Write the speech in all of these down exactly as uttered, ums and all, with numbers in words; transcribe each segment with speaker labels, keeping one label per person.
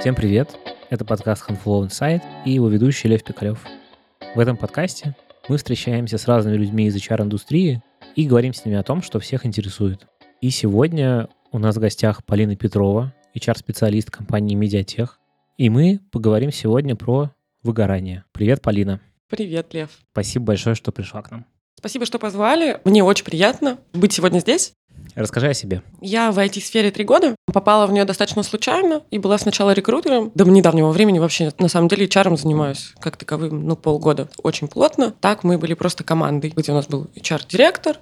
Speaker 1: Всем привет! Это подкаст Handflow Insight и его ведущий Лев Пикалев. В этом подкасте мы встречаемся с разными людьми из эйч ар-индустрии и говорим с ними о том, что всех интересует. И сегодня у нас в гостях Полина Петрова, эйч ар-специалист компании Mediatech, и мы поговорим сегодня про выгорание. Привет, Полина.
Speaker 2: Привет, Лев.
Speaker 1: Спасибо большое, что пришла к нам.
Speaker 2: Спасибо, что позвали. Мне очень приятно быть сегодня здесь.
Speaker 1: Расскажи о себе.
Speaker 2: Я в ай ти-сфере три года, попала в нее достаточно случайно и была сначала рекрутером. До недавнего времени вообще, на самом деле, эйч ар занимаюсь как таковым, ну, полгода очень плотно. Так мы были просто командой, где у нас был эйч ар-директор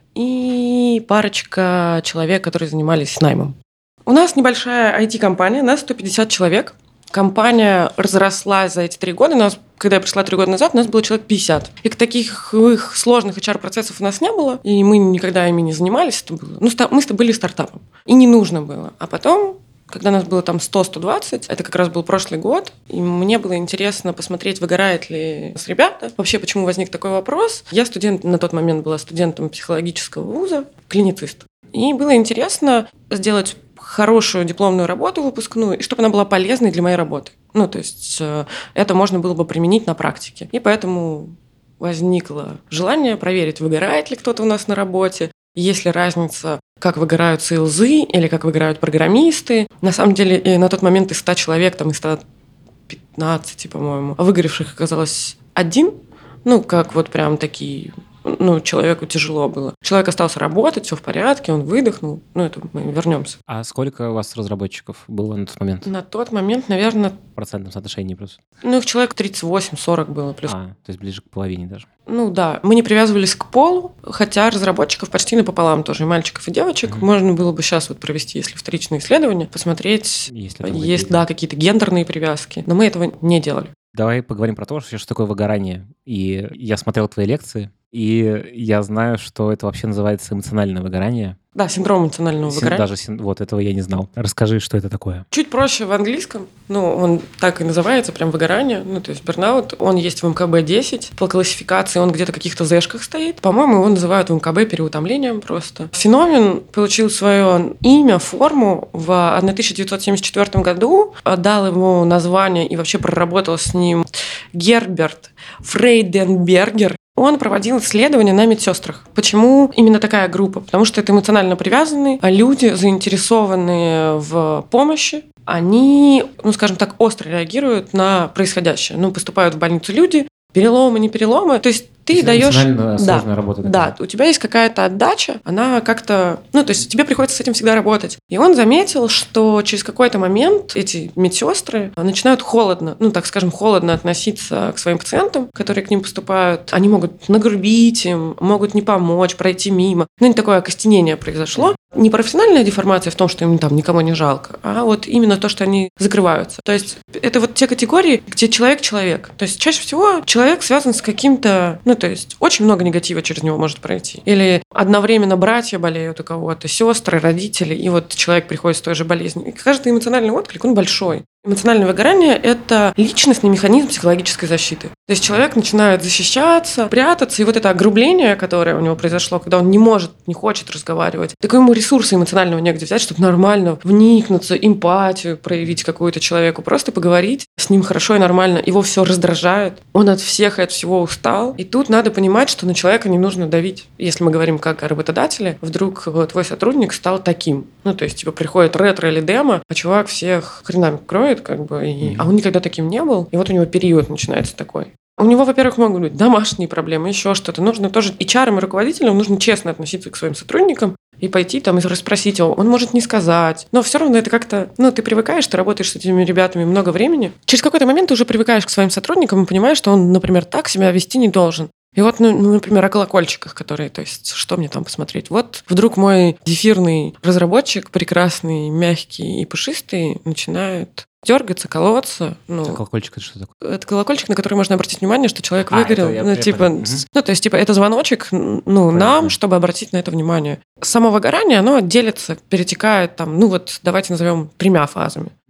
Speaker 2: и парочка человек, которые занимались наймом. У нас небольшая ай ти-компания, нас сто пятьдесят человек. Компания разрослась за эти три года. У нас, когда я пришла три года назад, у нас было человек пятьдесят. И таких их сложных эйч ар-процессов у нас не было, и мы никогда ими не занимались. Это было, ну, мы были стартапом, и не нужно было. А потом, когда нас было там сто - сто двадцать, это как раз был прошлый год, и мне было интересно посмотреть, выгорает ли с ребята. Вообще, почему возник такой вопрос? Я студент, на тот момент была студентом психологического вуза, клиницист. И было интересно сделать хорошую дипломную работу выпускную, и чтобы она была полезной для моей работы. Ну, то есть э, это можно было бы применить на практике. И поэтому возникло желание проверить, выгорает ли кто-то у нас на работе, есть ли разница, как выгорают сейлзы или как выгорают программисты. На самом деле, и на тот момент из ста человек, там из ста пятнадцати, по-моему, выгоревших оказалось один. Ну, как вот прям такие... Ну, человеку тяжело было. Человек остался работать, все в порядке, он выдохнул. Ну, это мы вернемся.
Speaker 1: А сколько у вас разработчиков было на тот момент?
Speaker 2: На тот момент, наверное...
Speaker 1: В процентном соотношении просто?
Speaker 2: Ну, их человек тридцать восемь - сорок было. Плюс.
Speaker 1: А, то есть ближе к половине даже.
Speaker 2: Ну, да. Мы не привязывались к полу, хотя разработчиков почти напополам тоже, и мальчиков, и девочек. Mm-hmm. Можно было бы сейчас вот провести, если вторичные исследования, посмотреть, если есть, да, какие-то гендерные привязки. Но мы этого не делали. Давай
Speaker 1: поговорим про то, что такое выгорание. И я смотрел твои лекции, и я знаю, что это вообще называется эмоциональное выгорание.
Speaker 2: Да, синдром эмоционального
Speaker 1: Син,
Speaker 2: выгорания.
Speaker 1: Даже син, вот этого я не знал. Расскажи, что это такое.
Speaker 2: Чуть проще в английском. Ну, он так и называется, прям выгорание. Ну, то есть burnout. Он есть в эм ка бэ десять. По классификации он где-то в каких-то зэшках стоит. По-моему, его называют в эм ка бэ переутомлением просто. Феномен получил свое имя, форму в тысяча девятьсот семьдесят четвёртом году. Дал ему название и вообще проработал с ним Герберт Фрейденбергер. Он проводил исследования на медсестрах. Почему именно такая группа? Потому что это эмоционально привязанные люди, заинтересованные в помощи. Они, ну, скажем так, остро реагируют на происходящее. Ну, поступают в больницу люди, переломы, не переломы. То есть ты
Speaker 1: то
Speaker 2: даешь...
Speaker 1: Эмоционально
Speaker 2: да,
Speaker 1: сложная работа.
Speaker 2: Да, у тебя есть какая-то отдача, она как-то... Ну, то есть тебе приходится с этим всегда работать. И он заметил, что через какой-то момент эти медсестры начинают холодно, ну, так скажем, холодно относиться к своим пациентам, которые к ним поступают. Они могут нагрубить им, могут не помочь, пройти мимо. Ну, не такое окостенение произошло. Не профессиональная деформация в том, что им там никого не жалко, а вот именно то, что они закрываются. То есть это вот те категории, где человек-человек. То есть чаще всего человек связан с каким-то... Ну, то есть очень много негатива через него может пройти. Или одновременно братья болеют у кого-то, сестры, родители, и вот человек приходит с той же болезнью. И каждый эмоциональный отклик, он большой. Эмоциональное выгорание – это личностный механизм психологической защиты. То есть человек начинает защищаться, прятаться, и вот это огрубление, которое у него произошло, когда он не может, не хочет разговаривать, так ему ресурсы эмоционального негде взять, чтобы нормально вникнуться, эмпатию проявить какую-то человеку, просто поговорить с ним хорошо и нормально. Его все раздражает, он от всех и от всего устал. И тут надо понимать, что на человека не нужно давить. Если мы говорим как о работодателе, вдруг твой сотрудник стал таким. Ну, то есть, типа, приходит ретро или демо, а чувак всех хренами кроет, как бы, и... mm-hmm. а он никогда таким не был, и вот у него период начинается такой. У него, во-первых, могут быть домашние проблемы, еще что-то. Нужно тоже эйч ар и руководителям нужно честно относиться к своим сотрудникам и пойти там и расспросить его. Он может не сказать, но все равно это как-то... Ну, ты привыкаешь, ты работаешь с этими ребятами много времени. Через какой-то момент ты уже привыкаешь к своим сотрудникам и понимаешь, что он, например, так себя вести не должен. И вот, ну, например, о колокольчиках, которые, то есть, что мне там посмотреть? Вот вдруг мой зефирный разработчик, прекрасный, мягкий и пушистый, начинает дергаться, колоться. Ну,
Speaker 1: это колокольчик, это что такое?
Speaker 2: Это колокольчик, на который можно обратить внимание, что человек
Speaker 1: а,
Speaker 2: выгорел.
Speaker 1: Это я,
Speaker 2: ну,
Speaker 1: я
Speaker 2: типа,
Speaker 1: понял.
Speaker 2: ну, то есть, типа, это звоночек, ну, нам, чтобы обратить на это внимание. Само выгорание, оно делится, перетекает там, ну вот, давайте назовем тремя фазами.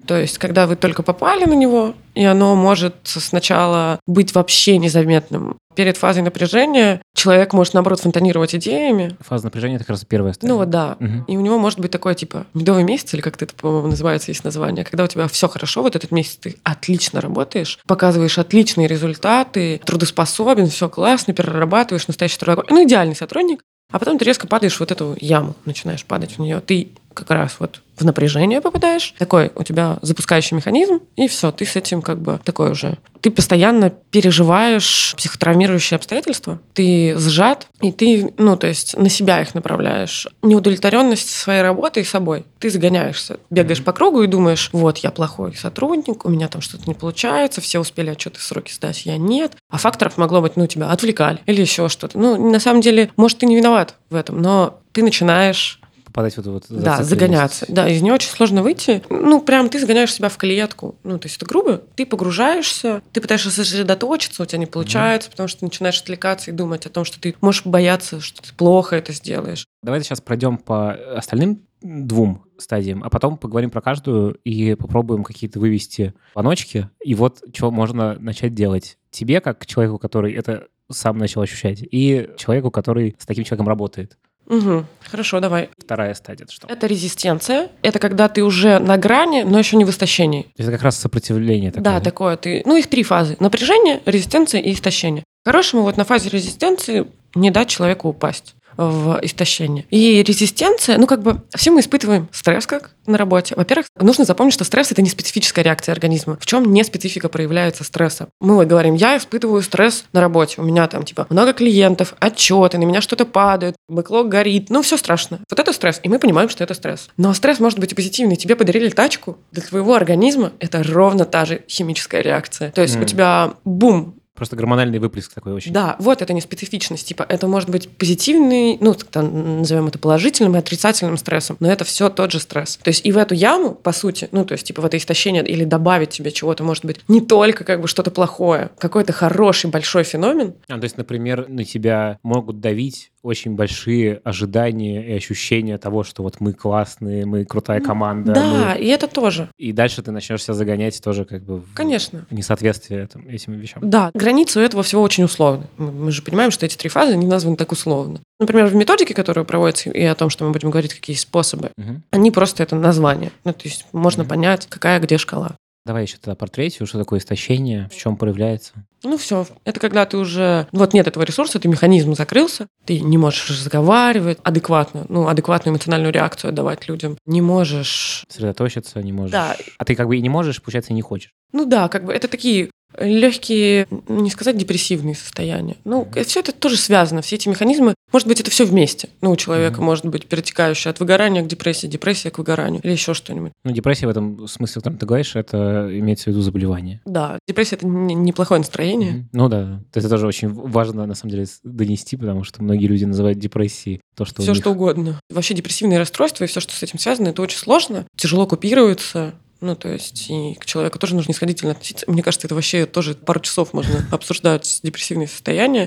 Speaker 2: То есть, когда вы только попали на него, и оно может сначала быть вообще незаметным. Перед фазой напряжения человек может, наоборот, фонтанировать идеями.
Speaker 1: Фаза напряжения — это как раз первая стадия.
Speaker 2: Ну вот да.
Speaker 1: Угу.
Speaker 2: И у него может быть такой, типа, медовый месяц, или как это, по-моему, называется, есть название, когда у тебя все хорошо, вот этот месяц ты отлично работаешь, показываешь отличные результаты, трудоспособен, все классно, перерабатываешь, настоящий трудоголик, ну, идеальный сотрудник, а потом ты резко падаешь в вот эту яму, начинаешь падать в нее. Ты как раз вот в напряжение попадаешь, такой у тебя запускающий механизм, и все, ты с этим как бы такой уже. Ты постоянно переживаешь психотравмирующие обстоятельства, ты сжат, и ты, ну, то есть на себя их направляешь. Неудовлетворенность своей работой и собой. Ты загоняешься, бегаешь mm-hmm. по кругу и думаешь, вот, я плохой сотрудник, у меня там что-то не получается, все успели отчеты в сроки сдать, я нет. А факторов могло быть, ну, тебя отвлекали или еще что-то. Ну, на самом деле, может, ты не виноват в этом, но ты начинаешь
Speaker 1: попадать в эту вот
Speaker 2: да, загоняться. Да, из нее очень сложно выйти. Ну, прям ты загоняешь себя в клетку. Ну, то есть это грубо. Ты погружаешься, ты пытаешься сосредоточиться, у тебя не получается, mm-hmm. потому что ты начинаешь отвлекаться и думать о том, что ты можешь бояться, что ты плохо это сделаешь.
Speaker 1: Давайте сейчас пройдем по остальным двум стадиям, а потом поговорим про каждую и попробуем какие-то вывести планочки. И вот что можно начать делать тебе, как человеку, который это сам начал ощущать, и человеку, который с таким человеком работает.
Speaker 2: Угу. Хорошо, давай.
Speaker 1: Вторая стадия — это что?
Speaker 2: Это резистенция. Это когда ты уже на грани, но еще не в истощении.
Speaker 1: Это как раз сопротивление такое.
Speaker 2: Да, такое. Ты... Ну, их три фазы. Напряжение, резистенция и истощение. По-хорошему, вот на фазе резистенции не дать человеку упасть в истощение. И резистенция, ну, как бы, все мы испытываем стресс как на работе. Во-первых, нужно запомнить, что стресс — это не специфическая реакция организма. В чем не специфика проявляется стресса? Мы вот говорим, я испытываю стресс на работе. У меня там, типа, много клиентов, отчеты, на меня что-то падает, бэклог горит. Ну, все страшно. Вот это стресс, и мы понимаем, что это стресс. Но стресс может быть и позитивный. Тебе подарили тачку. Для твоего организма это ровно та же химическая реакция. То есть mm. у тебя бум,
Speaker 1: просто гормональный выплеск такой очень.
Speaker 2: Да, вот это не специфичность. Типа, это может быть позитивный, ну, там, назовем это положительным и отрицательным стрессом, но это все тот же стресс. То есть и в эту яму, по сути, ну, то есть типа в это истощение или добавить тебе чего-то, может быть, не только как бы что-то плохое, какой-то хороший большой феномен.
Speaker 1: А, то есть, например, на тебя могут давить очень большие ожидания и ощущения того, что вот мы классные, мы крутая команда.
Speaker 2: Да,
Speaker 1: мы...
Speaker 2: и это тоже.
Speaker 1: И дальше ты начнешь себя загонять тоже как бы в,
Speaker 2: Конечно.
Speaker 1: в несоответствие этим, этим вещам.
Speaker 2: Да, границы у этого всего очень условны. Мы, мы же понимаем, что эти три фазы не названы так условно. Например, в методике, которая проводится, и о том, что мы будем говорить, какие есть способы, угу. они просто это название. Ну, то есть можно угу. понять, какая где шкала.
Speaker 1: Давай еще тогда про третью, что такое истощение, в чем проявляется?
Speaker 2: Ну все, это когда ты уже... Вот нет этого ресурса, ты механизм закрылся, ты не можешь разговаривать адекватно, ну, адекватную эмоциональную реакцию отдавать людям. Не можешь...
Speaker 1: Сосредоточиться не можешь.
Speaker 2: Да.
Speaker 1: А ты как бы и не можешь, получается, и не хочешь.
Speaker 2: Ну да, как бы это такие... легкие, не сказать депрессивные состояния. Ну, mm-hmm. все это тоже связано, все эти механизмы. Может быть, это все вместе. Ну, у человека mm-hmm. может быть перетекающее от выгорания к депрессии, депрессия к выгоранию или еще что-нибудь.
Speaker 1: Ну, депрессия в этом смысле, в котором ты говоришь, это имеется в виду заболевание.
Speaker 2: Да, депрессия — это неплохое настроение.
Speaker 1: Mm-hmm. Ну да, это тоже очень важно, на самом деле, донести, потому что многие люди называют депрессией то, что
Speaker 2: все
Speaker 1: у них...
Speaker 2: что угодно. Вообще депрессивные расстройства и все, что с этим связано, это очень сложно, тяжело купируется. Ну, то есть и к человеку тоже нужно исходительно относиться. Мне кажется, это вообще тоже пару часов можно обсуждать депрессивные состояния.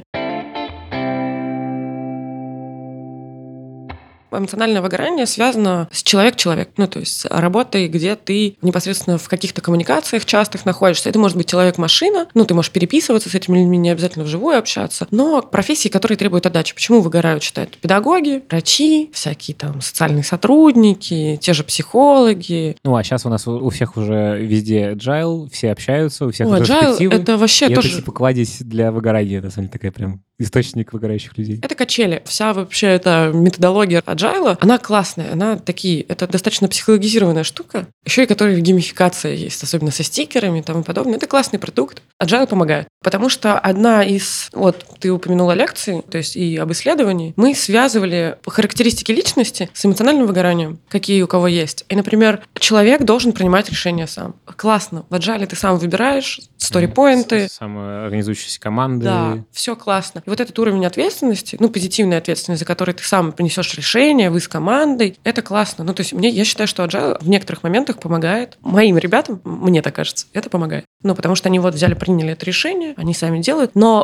Speaker 2: Эмоциональное выгорание связано с человек-человек, ну, то есть с работой, где ты непосредственно в каких-то коммуникациях частых находишься. Это может быть человек-машина, ну, ты можешь переписываться с этими людьми, не обязательно вживую общаться, но профессии, которые требуют отдачи. Почему выгорают, считают педагоги, врачи, всякие там социальные сотрудники, те же психологи.
Speaker 1: Ну, а сейчас у нас у всех уже везде agile, все общаются, у всех
Speaker 2: О, agile — это вообще
Speaker 1: и
Speaker 2: тоже...
Speaker 1: это типа кладезь для выгорания, на самом деле, такая прям источник выгорающих людей.
Speaker 2: Это качели. Вся вообще эта методология agile, она классная, она такие, это достаточно психологизированная штука, еще и которая геймификация есть, особенно со стикерами и тому подобное. Это классный продукт. Agile помогает. Потому что одна из, вот ты упомянула лекции, то есть и об исследовании, мы связывали характеристики личности с эмоциональным выгоранием, какие у кого есть. И, например, человек должен принимать решения сам. Классно. В Agile ты сам выбираешь сторипоинты.
Speaker 1: Самоорганизующиеся команды.
Speaker 2: Да, все классно. И вот этот уровень ответственности, ну, позитивной ответственности, за который ты сам принесешь решение, вы с командой, это классно. Ну, то есть мне, я считаю, что Agile в некоторых моментах помогает моим ребятам, мне так кажется, это помогает. Ну, потому что они вот взяли, приняли это решение, они сами делают, но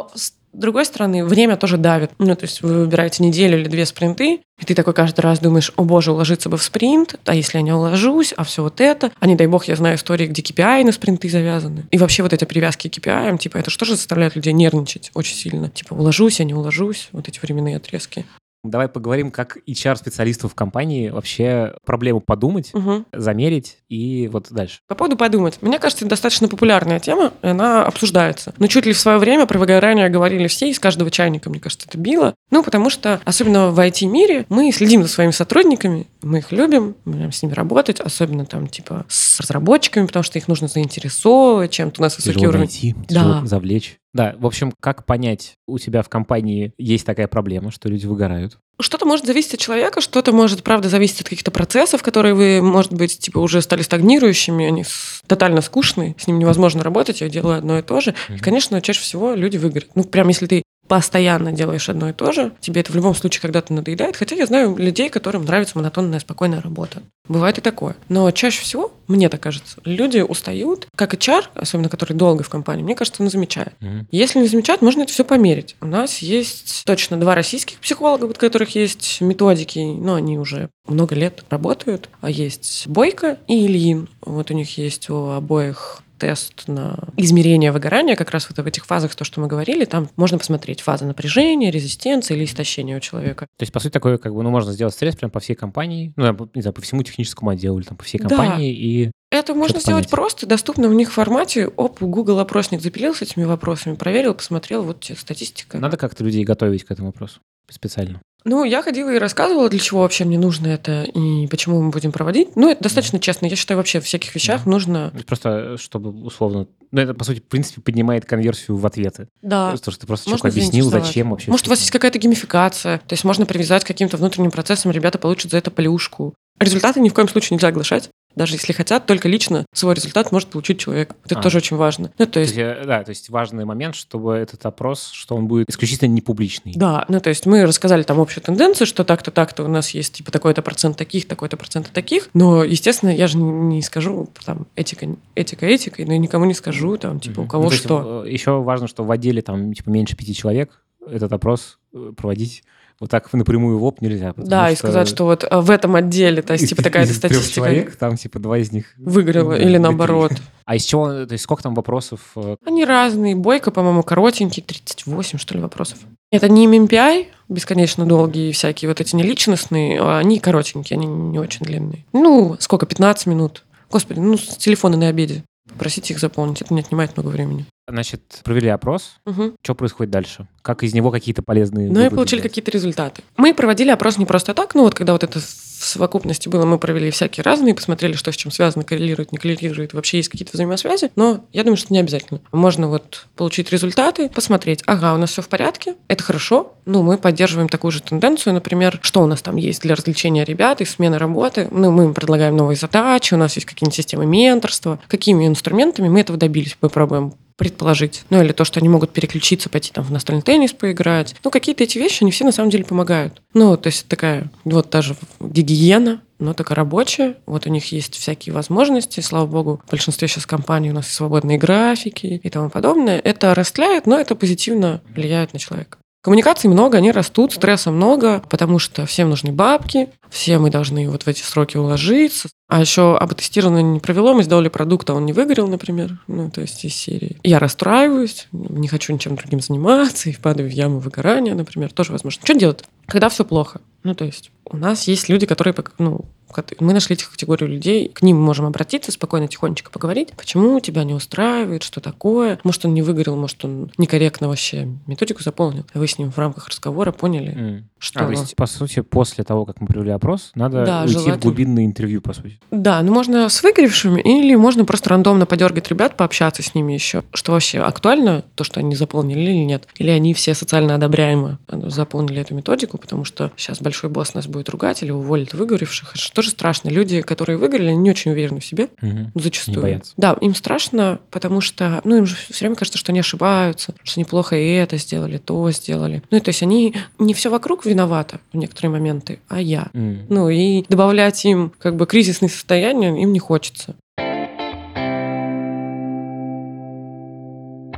Speaker 2: С другой стороны, время тоже давит. Ну, то есть вы выбираете неделю или две спринты, и ты такой каждый раз думаешь, о боже, уложиться бы в спринт, а если я не уложусь, а все вот это. А не дай бог, я знаю истории, где кей пи ай на спринты завязаны. И вообще вот эти привязки к кей пи ай, типа, это что же заставляет людей нервничать очень сильно? Типа, уложусь, я не уложусь, вот эти временные отрезки.
Speaker 1: Давай поговорим, как эйч ар-специалисту в компании вообще проблему подумать,
Speaker 2: Угу.
Speaker 1: замерить и вот дальше.
Speaker 2: По поводу подумать. Мне кажется, это достаточно популярная тема, и она обсуждается. Но чуть ли в свое время про выгорание говорили все, из каждого чайника, мне кажется, это било. Ну, потому что, особенно в ай ти-мире, мы следим за своими сотрудниками, мы их любим, мы будем с ними работать, особенно там, типа, с разработчиками, потому что их нужно заинтересовывать, чем-то у нас высокий
Speaker 1: Тяжело
Speaker 2: уровень.
Speaker 1: найти, тяжело
Speaker 2: Да.
Speaker 1: завлечь. Да, в общем, как понять, у тебя в компании есть такая проблема, что люди выгорают?
Speaker 2: Что-то может зависеть от человека, что-то может, правда, зависеть от каких-то процессов, которые вы, может быть, типа уже стали стагнирующими, они с- тотально скучные, с ним невозможно работать, я делаю одно и то же. И, конечно, чаще всего люди выгорят. Ну, прям если ты постоянно делаешь одно и то же, тебе это в любом случае когда-то надоедает. Хотя я знаю людей, которым нравится монотонная, спокойная работа. Бывает и такое. Но чаще всего, мне так кажется, люди устают, как эйч ар, особенно который долго в компании, мне кажется, он замечает.
Speaker 1: Мгм.
Speaker 2: Если не замечать, можно это все померить. У нас есть точно два российских психолога, у которых есть методики, но они уже много лет работают. А есть Бойко и Ильин. Вот у них есть у обоих тест на измерение выгорания, как раз вот в этих фазах, то, что мы говорили, там можно посмотреть фаза напряжения, резистенции или истощения у человека.
Speaker 1: То есть, по сути, такое, как бы, ну, можно сделать стресс прям по всей компании, ну, там, не знаю, по всему техническому отделу или там по всей
Speaker 2: Да.
Speaker 1: компании, и
Speaker 2: Это можно
Speaker 1: Что-то
Speaker 2: сделать
Speaker 1: понять.
Speaker 2: просто, доступно в них в формате. Оп, Google опросник запилил с этими вопросами, проверил, посмотрел, вот тебе статистика.
Speaker 1: надо как-то людей готовить к этому вопросу специально.
Speaker 2: Ну, я ходила и рассказывала, для чего вообще мне нужно это и почему мы будем проводить. Ну, это достаточно честно. Я считаю, вообще в всяких вещах нужно...
Speaker 1: Просто, чтобы условно... Ну, это, по сути, в принципе, поднимает конверсию в ответы.
Speaker 2: Да.
Speaker 1: Потому что ты просто
Speaker 2: Можно
Speaker 1: человеку объяснил,
Speaker 2: заинтересовать.
Speaker 1: зачем вообще.
Speaker 2: Может, у вас
Speaker 1: что
Speaker 2: есть какая-то геймификация, то есть можно привязать к каким-то внутренним процессам, ребята получат за это плюшку. Результаты ни в коем случае нельзя оглашать. Даже если хотят, только лично свой результат может получить человек. Это
Speaker 1: А.
Speaker 2: тоже очень важно. Ну, то
Speaker 1: То
Speaker 2: есть,
Speaker 1: есть, э, да, то есть важный момент, чтобы этот опрос, что он будет исключительно не публичный.
Speaker 2: да, ну то есть мы рассказали там общую тенденцию, что так-то, так-то у нас есть типа такой-то процент таких, такой-то процент таких. Но, естественно, я же не не скажу там этика, этика, этикой, но я никому не скажу там типа у кого
Speaker 1: Ну, то есть,
Speaker 2: что.
Speaker 1: э, еще важно, что в отделе там типа меньше пяти человек этот опрос э, проводить вот так напрямую в лоб нельзя. потому
Speaker 2: Да, и
Speaker 1: что
Speaker 2: сказать, что вот а, в этом отделе, то есть
Speaker 1: из-
Speaker 2: типа такая-то
Speaker 1: из трех
Speaker 2: статистика
Speaker 1: человек, там типа два из них
Speaker 2: выгорела
Speaker 1: да,
Speaker 2: или
Speaker 1: такие.
Speaker 2: наоборот.
Speaker 1: А из чего, то есть сколько там вопросов? э,
Speaker 2: Они разные. Бойко, по-моему, коротенький, тридцать восемь, что ли, вопросов. Это не эм эм пи ай, бесконечно долгие всякие, вот эти неличностные, а они коротенькие, они не очень длинные. Ну, сколько, пятнадцать минут. Господи, ну, с телефона на обеде. Попросите их заполнить, это не отнимает много времени.
Speaker 1: Значит, провели опрос.
Speaker 2: Угу.
Speaker 1: Что происходит дальше? Как из него какие-то полезные
Speaker 2: Ну и
Speaker 1: выводы
Speaker 2: получили
Speaker 1: делать?
Speaker 2: какие-то результаты. Мы проводили опрос не просто так, ну вот когда вот это в совокупности было, мы провели всякие разные, посмотрели, что с чем связано, коррелирует, не коррелирует, вообще есть какие-то взаимосвязи, но я думаю, что не обязательно. Можно вот получить результаты, посмотреть, ага, у нас все в порядке, это хорошо, ну мы поддерживаем такую же тенденцию, например, что у нас там есть для развлечения ребят и смены работы, ну мы им предлагаем новые задачи, у нас есть какие-нибудь системы менторства, какими инструментами мы этого добились, мы пробуем предположить. Ну, или то, что они могут переключиться, пойти там в настольный теннис поиграть. Ну, какие-то эти вещи, они все на самом деле помогают. Ну, то есть такая вот даже гигиена, но только рабочая. Вот у них есть всякие возможности. Слава богу, в большинстве сейчас компаний у нас и свободные графики и тому подобное. Это растляет, но это позитивно влияет на человека. Коммуникаций много, они растут, стресса много, потому что всем нужны бабки, все мы должны вот в эти сроки уложиться. А еще АБ-тестирование не провело, мы сделали продукт, а он не выгорел, например. Ну, то есть из серии. Я расстраиваюсь, не хочу ничем другим заниматься, и впадаю в яму выгорания, например, тоже возможно. Что делать, когда все плохо? Ну, то есть у нас есть люди, которые, ну, мы нашли этих категорию людей, к ним мы можем обратиться, спокойно, тихонечко поговорить. Почему тебя не устраивает, что такое? Может, он не выгорел, может, он некорректно вообще методику заполнил. Вы с ним в рамках разговора поняли,
Speaker 1: Mm.
Speaker 2: что...
Speaker 1: А, то есть, по сути, после того, как мы провели опрос, надо
Speaker 2: Да,
Speaker 1: уйти
Speaker 2: желательно.
Speaker 1: в глубинное интервью, по сути.
Speaker 2: Да, ну можно с выгоревшими, или можно просто рандомно подергать ребят, пообщаться с ними еще. Что вообще актуально, то, что они заполнили или нет? Или они все социально одобряемо заполнили эту методику, потому что сейчас большой босс нас будет ругать или уволит выгоревших. Это же тоже страшно. Люди, которые выгорели, они не очень уверены в себе,
Speaker 1: Мгм.
Speaker 2: зачастую.
Speaker 1: Не боятся.
Speaker 2: Да, им страшно, потому что, ну, им же все время кажется, что они ошибаются, что они плохо и это сделали, то сделали. Ну, и то есть они не все вокруг виноваты в некоторые моменты, а я.
Speaker 1: М.
Speaker 2: Ну, и добавлять им как бы кризисные состояния им не хочется.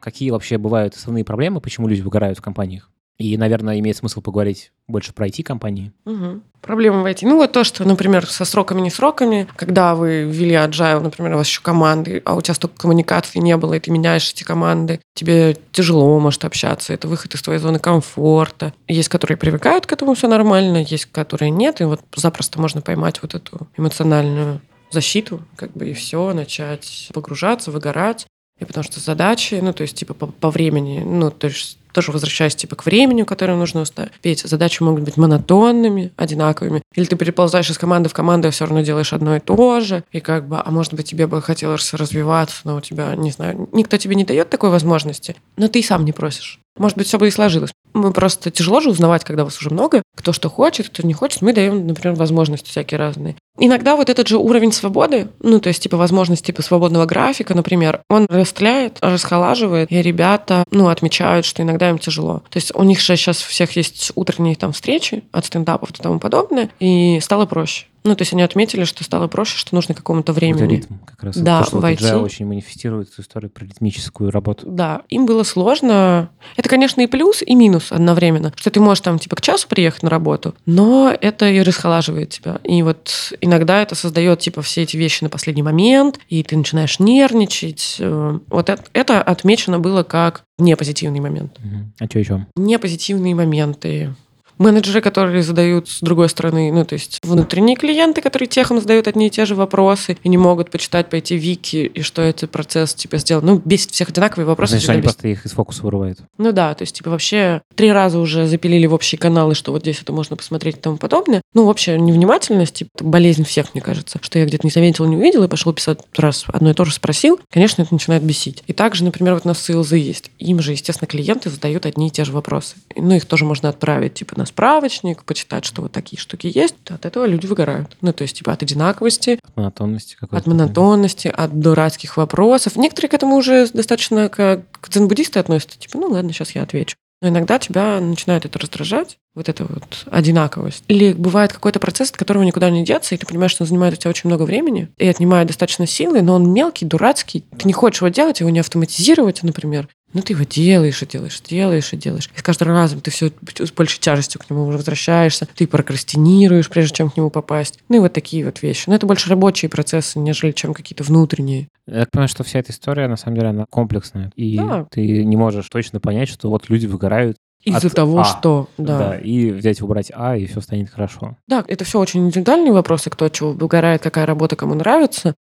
Speaker 1: какие вообще бывают основные проблемы, почему люди выгорают в компаниях. И, наверное, имеет смысл поговорить больше про ай ти-компании.
Speaker 2: Угу. Проблемы в ай ти. Ну, вот то, что, например, со сроками, не сроками, когда вы ввели agile, например, у вас еще команды, а у тебя столько коммуникаций не было, и ты меняешь эти команды, тебе тяжело, может, общаться, это выход из твоей зоны комфорта. Есть, которые привыкают к этому, все нормально, есть, которые нет, и вот запросто можно поймать вот эту эмоциональную защиту, как бы, и все, начать погружаться, выгорать. И потому что задачи, ну, то есть, типа, по, по времени, ну, то есть, тоже возвращаясь, типа, к времени, которое нужно успеть. Задачи могут быть монотонными, одинаковыми. Или ты переползаешь из команды в команду, и все равно делаешь одно и то же. И как бы, а может быть, тебе бы хотелось развиваться, но у тебя, не знаю, никто тебе не дает такой возможности, но ты и сам не просишь. Может быть, все бы и сложилось. Мы просто тяжело же узнавать, когда вас уже много, кто что хочет, кто не хочет. Мы даем, например, возможности всякие разные. Иногда вот этот же уровень свободы, ну, то есть, типа, возможность, типа, свободного графика, например, он расстреляет, расхолаживает, и ребята, ну, отмечают, что иногда им тяжело. То есть у них же сейчас у всех есть утренние там встречи от стендапов и тому подобное, и стало проще. Ну, то есть они отметили, что стало проще, что нужно какому-то времени.
Speaker 1: Это ритм как раз.
Speaker 2: Да,
Speaker 1: то, что
Speaker 2: в ай ти.
Speaker 1: Agile очень манифестирует эту историю про ритмическую работу.
Speaker 2: Да, им было сложно. Это, конечно, и плюс, и минус одновременно. Что ты можешь там типа к часу приехать на работу, но это и расхолаживает тебя. И вот иногда это создает типа все эти вещи на последний момент, и ты начинаешь нервничать. Вот это, это отмечено было как непозитивный момент.
Speaker 1: Угу. А что еще?
Speaker 2: Непозитивные моменты. Менеджеры, которые задают с другой стороны, ну, то есть внутренние клиенты, которые техом задают одни и те же вопросы и не могут почитать, пойти в вики, и что этот процесс, типа, сделал. Ну, бесит всех одинаковые вопросы.
Speaker 1: Значит, они просто их из фокуса вырывают.
Speaker 2: Ну да, то есть, типа, вообще три раза уже запилили в общие каналы, что вот здесь это можно посмотреть и тому подобное. Ну, вообще, невнимательность, типа, болезнь всех, мне кажется, что я где-то не заметил, не увидел, и пошел писать раз одно и то же спросил, конечно, это начинает бесить. И также, например, вот у нас сейлз есть. Им же, естественно, клиенты задают одни и те же вопросы. Ну, их тоже можно отправить, типа, на справочник, почитать, что вот такие штуки есть. От этого люди выгорают. Ну, то есть, типа, от одинаковости.
Speaker 1: От монотонности какой-то.
Speaker 2: От монотонности, от дурацких вопросов. Некоторые к этому уже достаточно как к дзен-буддисты относятся. Типа, ну ладно, сейчас я отвечу. Но иногда тебя начинает это раздражать, вот эта вот одинаковость. Или бывает какой-то процесс, от которого никуда не деться, и ты понимаешь, что он занимает у тебя очень много времени и отнимает достаточно силы, но он мелкий, дурацкий. Ты не хочешь его делать, его не автоматизировать, например. Ну, ты его делаешь и делаешь, делаешь и делаешь. И с каждым разом ты все с большей тяжестью к нему возвращаешься, ты прокрастинируешь, прежде чем к нему попасть. Ну, и вот такие вот вещи. Но это больше рабочие процессы, нежели чем какие-то внутренние.
Speaker 1: Я понимаю, что вся эта история, на самом деле, она комплексная. И
Speaker 2: Да.
Speaker 1: ты не можешь точно понять, что вот люди выгорают
Speaker 2: Из-за
Speaker 1: от
Speaker 2: того,
Speaker 1: А.
Speaker 2: что...
Speaker 1: Да.
Speaker 2: Да.
Speaker 1: и взять, убрать А, и все станет хорошо.
Speaker 2: Да, это все очень индивидуальные вопросы, кто чего выгорает, какая работа кому нравится.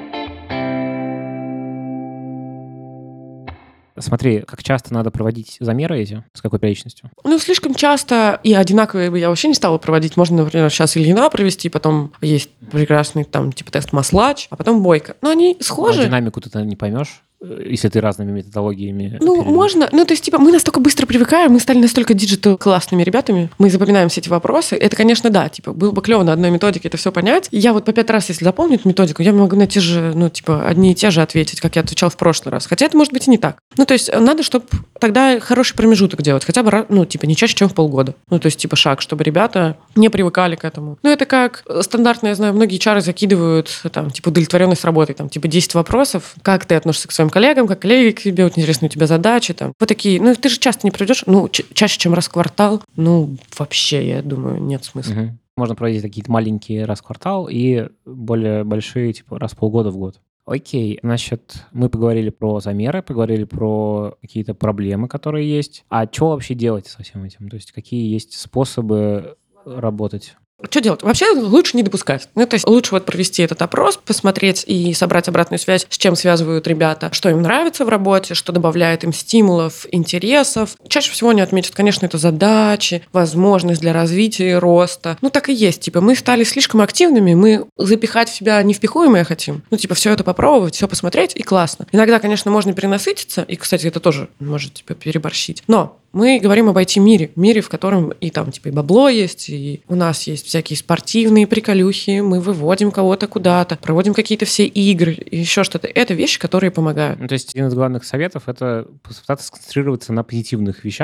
Speaker 1: Смотри, как часто надо проводить замеры эти, с какой периодичностью?
Speaker 2: Ну, слишком часто и одинаковые бы я вообще не стала проводить. Можно, например, сейчас Ильина провести, потом есть прекрасный там типа тест Маслач, а потом Бойко. Но они схожи.
Speaker 1: А динамику ты не поймешь, если ты разными методологиями...
Speaker 2: Ну,
Speaker 1: перейдешь.
Speaker 2: можно. Ну, то есть, типа, мы настолько быстро привыкаем, мы стали настолько диджитал классными ребятами, мы запоминаем все эти вопросы. Это, конечно, да, типа, было бы клево на одной методике это все понять. Я вот по пять раз, если запомню эту методику, я могу на те же, ну, типа, одни и те же ответить, как я отвечал в прошлый раз. Хотя это может быть и не так. Ну, то есть, надо, чтобы тогда хороший промежуток делать, хотя бы, ну, типа, не чаще, чем в полгода. Ну, то есть, типа, шаг, чтобы ребята не привыкали к этому. Ну, это как стандартно, я знаю, многие чары закидывают, там, типа, удовлетворенность работой, там, типа, десять вопросов, как ты относишься к своим коллегам, как коллеги к тебе, вот интересные у тебя задачи, там, вот такие. Ну, ты же часто не проведешь, ну, ч- чаще, чем раз в квартал, ну, вообще, я думаю, нет смысла.
Speaker 1: Угу. Можно проводить какие-то маленькие раз в квартал и более большие, типа, раз в полгода в год. Окей, значит, мы поговорили про замеры, поговорили про какие-то проблемы, которые есть. А что вообще делать со всем этим? То есть какие есть способы работать?
Speaker 2: Что делать? Вообще лучше не допускать. Ну, то есть лучше вот провести этот опрос, посмотреть и собрать обратную связь, с чем связывают ребята, что им нравится в работе, что добавляет им стимулов, интересов. Чаще всего они отметят, конечно, это задачи, возможность для развития и роста. Ну, так и есть. Типа, мы стали слишком активными, мы запихать в себя невпихуемое хотим. Ну, типа, все это попробовать, все посмотреть, и классно. Иногда, конечно, можно перенасытиться, и, кстати, это тоже может, типа, переборщить. Но мы говорим об ай ти-мире, мире, в котором и там типа и бабло есть, и у нас есть всякие спортивные приколюхи, мы выводим кого-то куда-то, проводим какие-то все игры, и еще что-то. Это вещи, которые помогают.
Speaker 1: Ну, то есть один из главных советов — это попытаться сконцентрироваться на позитивных вещах,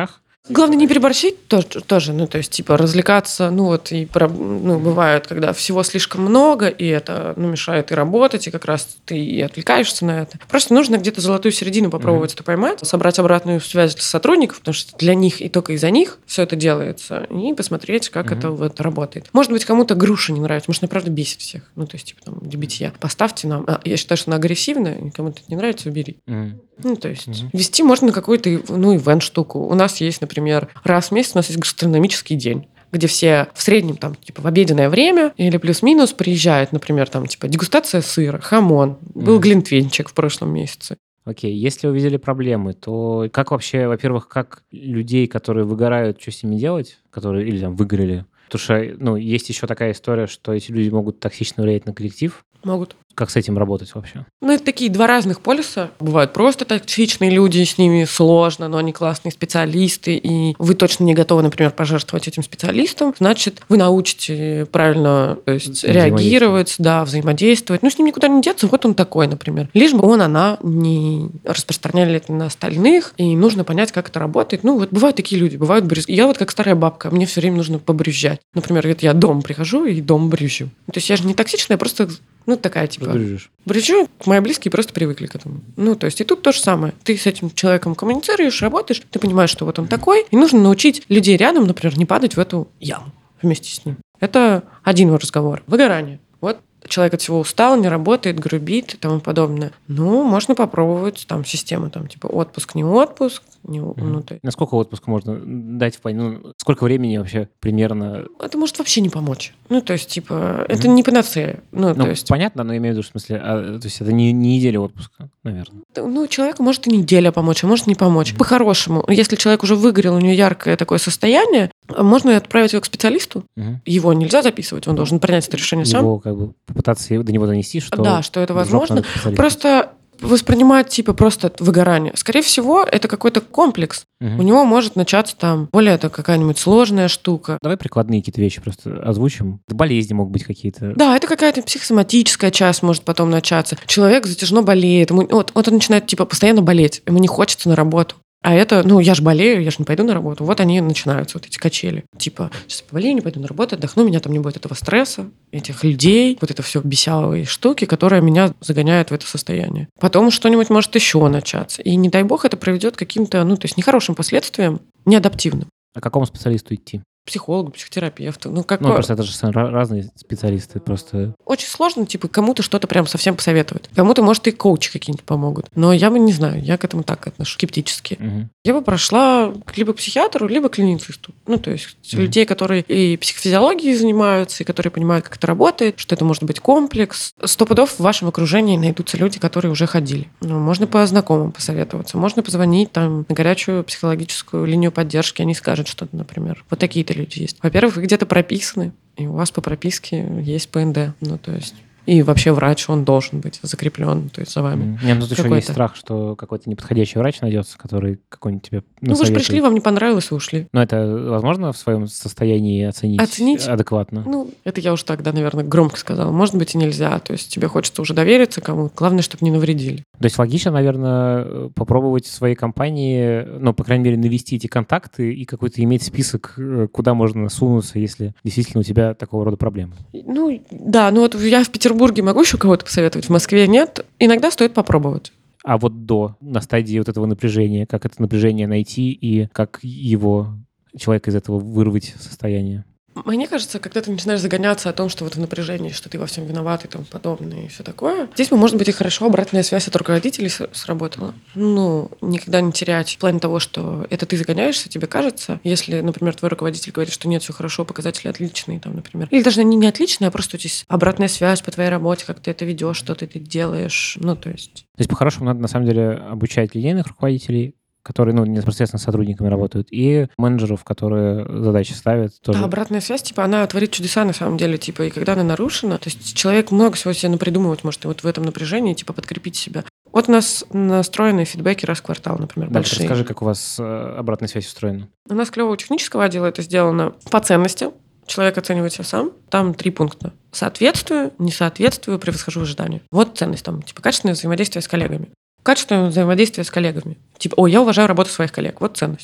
Speaker 2: Главное не переборщить тоже, тоже, ну, то есть, типа, развлекаться, ну, вот, и, ну, бывает, когда всего слишком много, и это, ну, мешает и работать, и как раз ты и отвлекаешься на это. Просто нужно где-то золотую середину попробовать mm-hmm. это поймать, собрать обратную связь для сотрудников, потому что для них и только из-за них все это делается, и посмотреть, как mm-hmm. это вот работает. Может быть, кому-то груша не нравится, может, она правда бесит всех, ну, то есть, типа, там, для битья. Поставьте нам, а, я считаю, что она агрессивная, и кому-то это не нравится, убери. Mm-hmm. Ну, то есть, mm-hmm. вести можно на какую-то, ну, ивент-штуку. У нас есть, например, раз в месяц у нас есть гастрономический день, где все в среднем, там, типа, в обеденное время или плюс-минус приезжают, например, там, типа, дегустация сыра, хамон, был mm-hmm. глинтвейнчик в прошлом месяце.
Speaker 1: Окей, если вы видели проблемы, то как вообще, во-первых, как людей, которые выгорают, что с ними делать, которые или там выгорели? Потому что, ну, есть еще такая история, что эти люди могут токсично влиять на коллектив.
Speaker 2: Могут.
Speaker 1: Как с этим работать вообще?
Speaker 2: Ну, это такие два разных полюса. Бывают просто токсичные люди, с ними сложно, но они классные специалисты, и вы точно не готовы, например, пожертвовать этим специалистом. Значит, вы научите правильно, то есть, реагировать, да, взаимодействовать. Ну, с ним никуда не деться, вот он такой, например. Лишь бы он, она не распространяли это на остальных, и нужно понять, как это работает. Ну, вот бывают такие люди, бывают брюзги. Я вот как старая бабка, мне все время нужно побрюзжать. Например, это я дома прихожу и дома брюзжу. То есть я же не токсичная, просто... Ну, такая, типа...
Speaker 1: Брюзжишь.
Speaker 2: Брюзжу, мои близкие просто привыкли к этому. Ну, то есть и тут то же самое. Ты с этим человеком коммуницируешь, работаешь, ты понимаешь, что вот он такой, и нужно научить людей рядом, например, не падать в эту яму вместе с ним. Это один вот разговор. Выгорание. Вот человек от всего устал, не работает, грубит и тому подобное. Ну, можно попробовать там систему, там, типа, отпуск, не отпуск. Не, mm-hmm. ну, то...
Speaker 1: Насколько отпуска можно дать в плане? Ну, сколько времени вообще примерно?
Speaker 2: Это может вообще не помочь. Ну, то есть, типа, mm-hmm. это не панацея. Ну,
Speaker 1: ну,
Speaker 2: то есть...
Speaker 1: понятно, но я имею в виду, в смысле, а, то есть это не, не неделя отпуска, наверное.
Speaker 2: Ну, человеку может и неделя помочь, а может не помочь. Mm-hmm. По-хорошему, если человек уже выгорел, у него яркое такое состояние, можно отправить его к специалисту. Mm-hmm. Его нельзя записывать, он должен принять это решение сам.
Speaker 1: Его как бы попытаться до него донести, что...
Speaker 2: Да, что это возможно. Просто... воспринимать типа просто выгорание. Скорее всего, это какой-то комплекс. Угу. У него может начаться там более это какая-нибудь сложная штука.
Speaker 1: Давай прикладные какие-то вещи просто озвучим. Болезни могут быть какие-то.
Speaker 2: Да, это какая-то психосоматическая часть может потом начаться. Человек затяжно болеет. Ему, вот, вот он начинает типа постоянно болеть. Ему не хочется на работу. А это, ну, я же болею, я же не пойду на работу. Вот они начинаются, вот эти качели. Типа, сейчас поболею, не пойду на работу, отдохну, меня там не будет этого стресса, этих людей, вот это все бесялые штуки, которые меня загоняют в это состояние. Потом что-нибудь может еще начаться. И не дай бог это приведет к каким-то, ну, то есть нехорошим последствиям, неадаптивным.
Speaker 1: А к какому специалисту идти?
Speaker 2: Психологу, психотерапевту. Ну, как...
Speaker 1: ну, просто это же разные специалисты. Просто...
Speaker 2: Очень сложно, типа, кому-то что-то прям совсем посоветовать. Кому-то, может, и коучи какие-нибудь помогут. Но я бы не знаю, я к этому так отношусь, скептически. Угу. Я бы прошла либо к психиатру, либо к клиницисту. Ну, то есть угу. людей, которые и психофизиологией занимаются, и которые понимают, как это работает, что это может быть комплекс. Сто пудов в вашем окружении найдутся люди, которые уже ходили. Ну, можно по знакомым посоветоваться, можно позвонить там на горячую психологическую линию поддержки, они скажут что-то, например. Вот такие-то люди есть. Во-первых, вы где-то прописаны, и у вас по прописке есть ПНД. Ну, то есть... И вообще врач, он должен быть закреплен, то есть за вами.
Speaker 1: Нет, ну тут еще есть страх, что какой-то неподходящий врач найдется, который какой-нибудь тебе
Speaker 2: Ну, ну вы же пришли, вам не понравилось и ушли.
Speaker 1: Но это возможно в своем состоянии оценить, оценить адекватно?
Speaker 2: Ну, это я уже тогда, наверное, громко сказала. Может быть, и нельзя. То есть тебе хочется уже довериться кому-то. Главное, чтобы не навредили.
Speaker 1: То есть логично, наверное, попробовать в своей компании, ну, по крайней мере, навести эти контакты и какой-то иметь список, куда можно сунуться, если действительно у тебя такого рода проблемы.
Speaker 2: Ну, да. Ну, вот я в Петербурге В Петербурге могу еще кого-то посоветовать, в Москве нет. Иногда стоит попробовать.
Speaker 1: А вот до, на стадии вот этого напряжения, как это напряжение найти и как его, человека из этого вырвать состояние?
Speaker 2: Мне кажется, когда ты начинаешь загоняться о том, что вот в напряжении, что ты во всем виноват и тому подобное, и все такое, здесь, может быть, и хорошо обратная связь от руководителей сработала. Ну, никогда не терять в плане того, что это ты загоняешься, тебе кажется. Если, например, твой руководитель говорит, что нет, все хорошо, показатели отличные, там, например. Или даже не, не отличные, а просто здесь обратная связь по твоей работе, как ты это ведешь, что ты, ты делаешь. Ну, то есть...
Speaker 1: То есть, по-хорошему, надо, на самом деле, обучать линейных руководителей, которые, ну, непосредственно с сотрудниками работают, и менеджеров, которые задачи ставят. Тоже.
Speaker 2: Да, обратная связь, типа, она творит чудеса на самом деле, типа, и когда она нарушена, то есть человек много всего себе напридумывать может, и вот в этом напряжении, типа, подкрепить себя. Вот у нас настроены фидбэки раз в квартал, например,
Speaker 1: да,
Speaker 2: большие.
Speaker 1: Расскажи, как у вас обратная связь устроена.
Speaker 2: У нас клевого технического отдела это сделано по ценности. Человек оценивает себя сам. Там три пункта. Соответствую, не соответствую, превосхожу ожидания. Вот ценность там, типа, качественное взаимодействие с коллегами. Качественное взаимодействие с коллегами. Типа, о, я уважаю работу своих коллег. Вот ценность.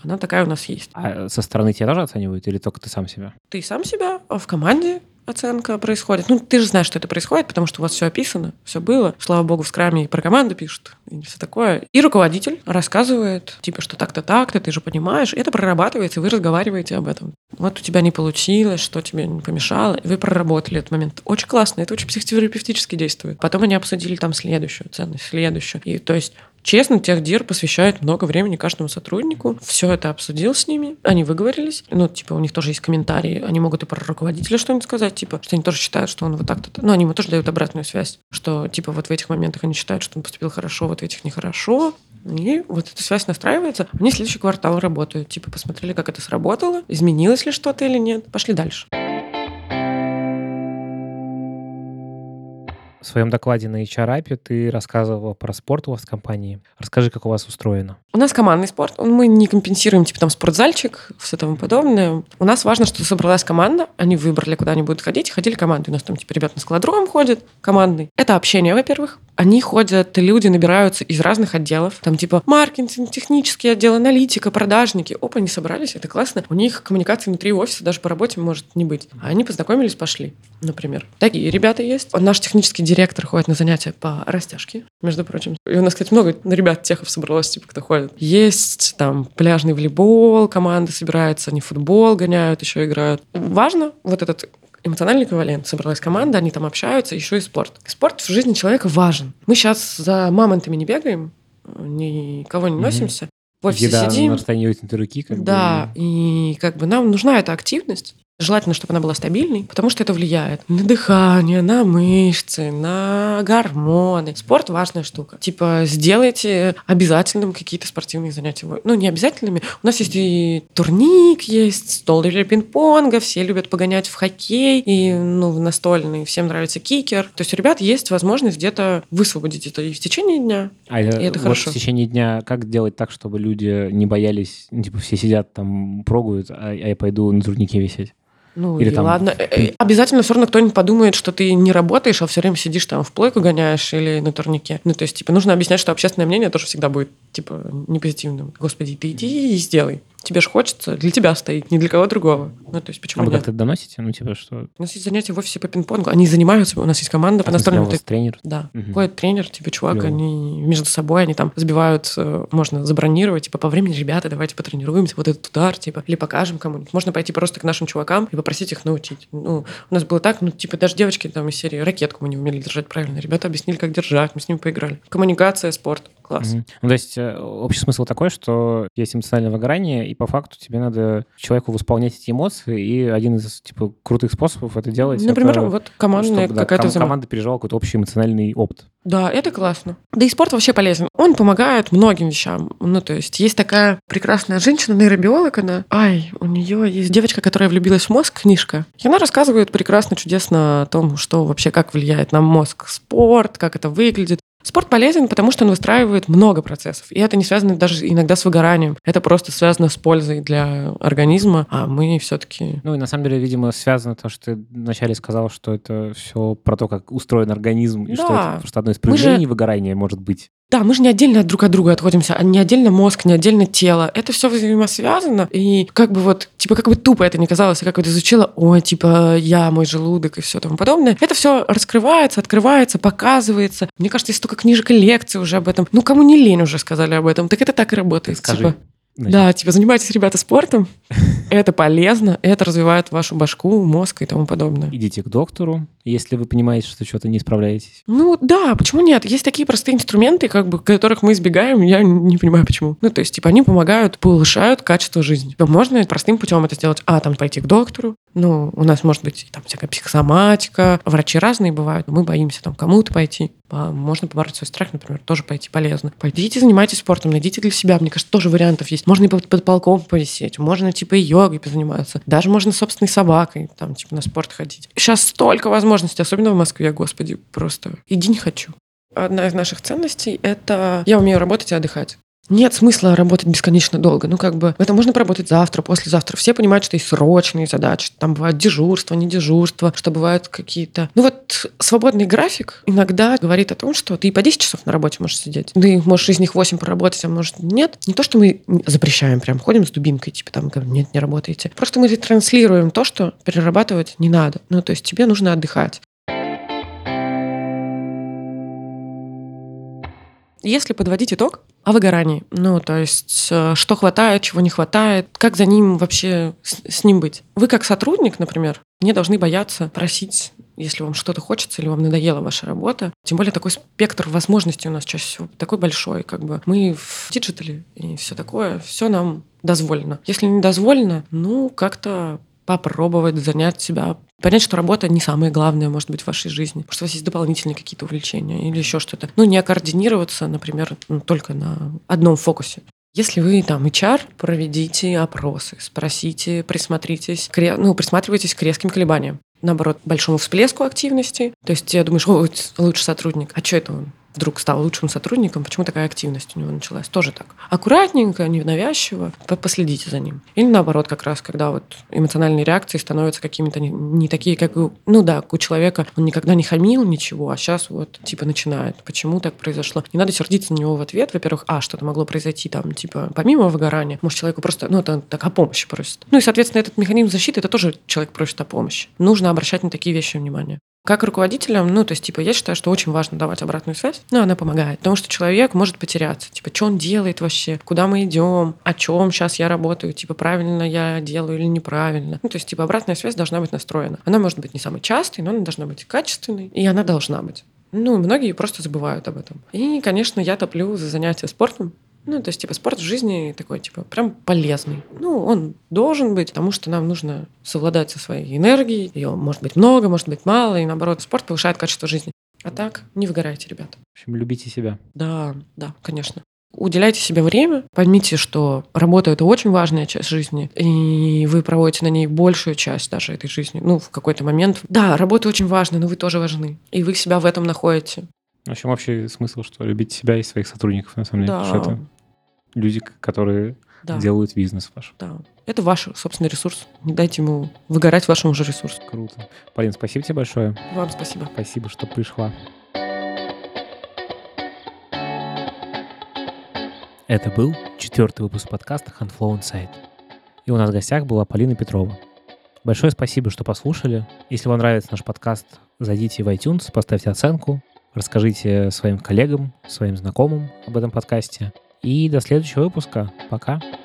Speaker 2: Она такая у нас есть.
Speaker 1: А со стороны тебя тоже оценивают или только ты сам себя?
Speaker 2: Ты сам себя, а в команде оценка происходит. Ну, ты же знаешь, что это происходит, потому что у вас все описано, все было. Слава богу, в скраме и про команду пишут, и все такое. И руководитель рассказывает, типа, что так-то, так-то, ты же понимаешь. Это прорабатывается, и вы разговариваете об этом. Вот у тебя не получилось, что тебе не помешало, и вы проработали этот момент. Очень классно, это очень психотерапевтически действует. Потом они обсудили там следующую ценность, следующую. И то есть честно, техдир посвящает много времени каждому сотруднику. Все это обсудил с ними. Они выговорились. Ну, типа, у них тоже есть комментарии. Они могут и про руководителя что-нибудь сказать, типа, что они тоже считают, что он вот так-то. Ну, они ему тоже дают обратную связь, что, типа, вот в этих моментах они считают, что он поступил хорошо, вот в этих нехорошо. И вот эта связь настраивается. Они следующий квартал работают. Типа, посмотрели, как это сработало, изменилось ли что-то или нет. Пошли дальше.
Speaker 1: В своем докладе на эйч ар-апе ты рассказывала про спорт у вас в компании. Расскажи, как у вас устроено.
Speaker 2: У нас командный спорт. Мы не компенсируем, типа, там, спортзальчик, все тому подобное. У нас важно, что собралась команда, они выбрали, куда они будут ходить, и ходили команды. У нас там, типа, ребята на скалодром ходят, командный. Это общение, во-первых. Они ходят, люди набираются из разных отделов. Там, типа, маркетинг, технический отдел, аналитика, продажники. Опа, они собрались, это классно. У них коммуникации внутри офиса даже по работе может не быть. А они познакомились, пошли, например. Такие ребята есть. Наш технический директор ходит на занятия по растяжке, между прочим. И у нас, кстати, много ребят техов собралось, типа, кто ходит. Есть там пляжный волейбол, команда собирается, они футбол гоняют, еще играют. Важно вот этот эмоциональный эквивалент. Собралась команда, они там общаются, еще и спорт. Спорт в жизни человека важен. Мы сейчас за мамонтами не бегаем, никого не носимся. В офисе
Speaker 1: Еда
Speaker 2: сидим.
Speaker 1: на расстоянии вытянутой руки. Как
Speaker 2: да,
Speaker 1: бы...
Speaker 2: и как бы нам нужна эта активность. Желательно, чтобы она была стабильной, потому что это влияет на дыхание, на мышцы, на гормоны. Спорт — важная штука. Типа, сделайте обязательным какие-то спортивные занятия. Ну, не обязательными. У нас есть и турник, есть стол для пинг-понга, все любят погонять в хоккей, и, ну, в настольный, всем нравится кикер. То есть у ребят есть возможность где-то высвободить это и в течение дня,
Speaker 1: а
Speaker 2: и это
Speaker 1: вот
Speaker 2: хорошо.
Speaker 1: В течение дня как делать так, чтобы люди не боялись, ну, типа, все сидят там, прогают, а, а я пойду на турнике висеть?
Speaker 2: Ну
Speaker 1: Или
Speaker 2: и
Speaker 1: там...
Speaker 2: ладно. Обязательно все равно кто-нибудь подумает, что ты не работаешь, а все время сидишь там в плойку гоняешь или на турнике. Ну, то есть, типа, нужно объяснять, что общественное мнение тоже всегда будет, типа, непозитивным. Господи, ты иди и сделай. Тебе же хочется, для тебя стоит, не для кого другого. Ну, то есть, почему
Speaker 1: а вы
Speaker 2: нет?
Speaker 1: как-то доносите? Ну, типа, что...
Speaker 2: У нас есть занятия в офисе по пинг-понгу. Они занимаются, у нас есть команда по
Speaker 1: а
Speaker 2: настольному...
Speaker 1: у вас тренер?
Speaker 2: Да.
Speaker 1: Угу.
Speaker 2: Ходит тренер, типа, чувак,
Speaker 1: Клево.
Speaker 2: они между собой, они там сбивают, можно забронировать, типа, по времени, ребята, давайте потренируемся, вот этот удар, типа, или покажем кому-нибудь. Можно пойти просто к нашим чувакам и попросить их научить. Ну, у нас было так, ну, типа, даже девочки там из серии ракетку мы не умели держать правильно. Ребята объяснили, как держать, мы с ними поиграли. Коммуникация, спорт. Класс.
Speaker 1: Угу. Ну, то есть общий смысл такой, что есть эмоциональное выгорание, и по факту тебе надо человеку восполнять эти эмоции, и один из, типа, крутых способов это делать...
Speaker 2: Например,
Speaker 1: это,
Speaker 2: вот командная
Speaker 1: чтобы, да,
Speaker 2: какая-то...
Speaker 1: ком-
Speaker 2: взаимо...
Speaker 1: команда переживала какой-то общий эмоциональный опыт.
Speaker 2: Да, это классно. Да и спорт вообще полезен. Он помогает многим вещам. Ну, то есть есть такая прекрасная женщина, нейробиолог, она... Ай, у нее есть девочка, которая влюбилась в мозг, книжка. И она рассказывает прекрасно, чудесно о том, что вообще, как влияет на мозг спорт, как это выглядит. Спорт полезен, потому что он выстраивает много процессов. И это не связано даже иногда с выгоранием. Это просто связано с пользой для организма, а мы все-таки...
Speaker 1: Ну и на самом деле, видимо, связано то, что ты вначале сказал, что это все про то, как устроен организм, и
Speaker 2: Да.
Speaker 1: что это просто одно из
Speaker 2: Мы же-
Speaker 1: проявлений выгорания может быть.
Speaker 2: Да, мы же не отдельно друг от друга отходимся, а не отдельно мозг, не отдельно тело. Это все взаимосвязано. И как бы вот, типа, как бы тупо это ни казалось, я как вот изучила, ой, типа, я, мой желудок и все тому подобное. Это все раскрывается, открывается, показывается. Мне кажется, есть столько книжек и лекций уже об этом. Ну, кому не лень уже сказали об этом, так это так и работает.
Speaker 1: Скажи.
Speaker 2: Типа.
Speaker 1: Значит,
Speaker 2: Да, типа, занимайтесь, ребята, спортом. Это полезно, это развивает вашу башку, мозг и тому подобное.
Speaker 1: идите к доктору, если вы понимаете, что что-то не справляетесь.
Speaker 2: Ну да, почему нет? Есть такие простые инструменты, как бы, которых мы избегаем, я не понимаю, почему. Ну, то есть, типа, они помогают, повышают качество жизни. Типа, можно простым путем это сделать. А, там, пойти к доктору. Ну, у нас может быть там всякая психосоматика. Врачи разные бывают, но мы боимся там кому-то пойти. А можно побороть свой страх, например, тоже пойти полезно. Пойдите, занимайтесь спортом, найдите для себя. Мне кажется, тоже вариантов есть. Можно и под потолком повисеть, можно, типа, йогой позаниматься. Даже можно с собственной собакой, там, типа, на спорт ходить. Сейчас столько возможностей, особенно в Москве, господи, просто иди не хочу. Одна из наших ценностей — это я умею работать и отдыхать. Нет смысла работать бесконечно долго. Ну, как бы, это можно поработать завтра, послезавтра. Все понимают, что есть срочные задачи, что там бывают дежурства, не дежурства, что бывают какие-то... Ну, вот свободный график иногда говорит о том, что ты и по десять часов на работе можешь сидеть. Ты можешь из них восемь проработать, а может нет. Не то, что мы запрещаем, прям ходим с дубинкой, типа там, говорим, нет, не работаете. Просто мы ретранслируем то, что перерабатывать не надо. Ну, то есть тебе нужно отдыхать. Если подводить итог о выгорании, ну, то есть, э, что хватает, чего не хватает, как за ним вообще с, с ним быть. Вы как сотрудник, например, не должны бояться просить, если вам что-то хочется или вам надоела ваша работа. Тем более такой спектр возможностей у нас чаще всего такой большой. Как бы мы в диджитале и все такое, все нам дозволено. Если не дозволено, ну, как-то попробовать занять себя, понять, что работа не самое главное, может быть, в вашей жизни. Может, у вас есть дополнительные какие-то увлечения или еще что-то. Ну, не координироваться, например, ну, только на одном фокусе. Если вы там эйч ар, проведите опросы, спросите, присмотритесь, к, ну, присматривайтесь к резким колебаниям. Наоборот, большому всплеску активности. То есть ты думаешь, о, лучший сотрудник. А что это он вдруг стал лучшим сотрудником? Почему такая активность у него началась? Тоже так. Аккуратненько, ненавязчиво, последите за ним. Или наоборот, как раз, когда вот эмоциональные реакции становятся какими-то не, не такие, как у... Ну да, у человека он никогда не хамил ничего, а сейчас вот типа начинает. Почему так произошло? Не надо сердиться на него в ответ. Во-первых, а, что-то могло произойти там, типа, помимо выгорания. Может, человеку просто, ну, это так, о помощи просит. Ну и, соответственно, этот механизм защиты, это тоже человек просит о помощи. Нужно обращать на такие вещи внимание. Как руководителям, ну, то есть, типа, я считаю, что очень важно давать обратную связь, но она помогает, потому что человек может потеряться, типа, что он делает вообще, куда мы идем, о чем сейчас я работаю, типа, правильно я делаю или неправильно. Ну, то есть, типа, обратная связь должна быть настроена. Она может быть не самой частой, но она должна быть качественной, и она должна быть. Ну, многие просто забывают об этом. И, конечно, я топлю за занятия спортом. Ну, то есть, типа, спорт в жизни такой, типа, прям полезный. Ну, он должен быть, потому что нам нужно совладать со своей энергией. Ее может быть много, может быть мало, и наоборот, спорт повышает качество жизни. А так, не выгорайте, ребята.
Speaker 1: В общем, любите себя.
Speaker 2: Да, да, конечно. Уделяйте себе время, поймите, что работа — это очень важная часть жизни, и вы проводите на ней большую часть даже этой жизни. Ну, в какой-то момент. Да, работа очень важна, но вы тоже важны, и вы себя в этом находите.
Speaker 1: В общем, общий смысл, что любить себя и своих сотрудников, на самом деле.
Speaker 2: Да.
Speaker 1: Потому что это люди, которые
Speaker 2: Да.
Speaker 1: делают бизнес ваш.
Speaker 2: Да. Это ваш собственный ресурс. Не дайте ему выгорать вашему же ресурсу.
Speaker 1: Круто. Полин, спасибо тебе большое.
Speaker 2: Вам спасибо.
Speaker 1: Спасибо, что пришла. Это был четвертый выпуск подкаста Handflow Insight. И у нас в гостях была Полина Петрова. Большое спасибо, что послушали. Если вам нравится наш подкаст, зайдите в iTunes, поставьте оценку, расскажите своим коллегам, своим знакомым об этом подкасте. И до следующего выпуска. Пока.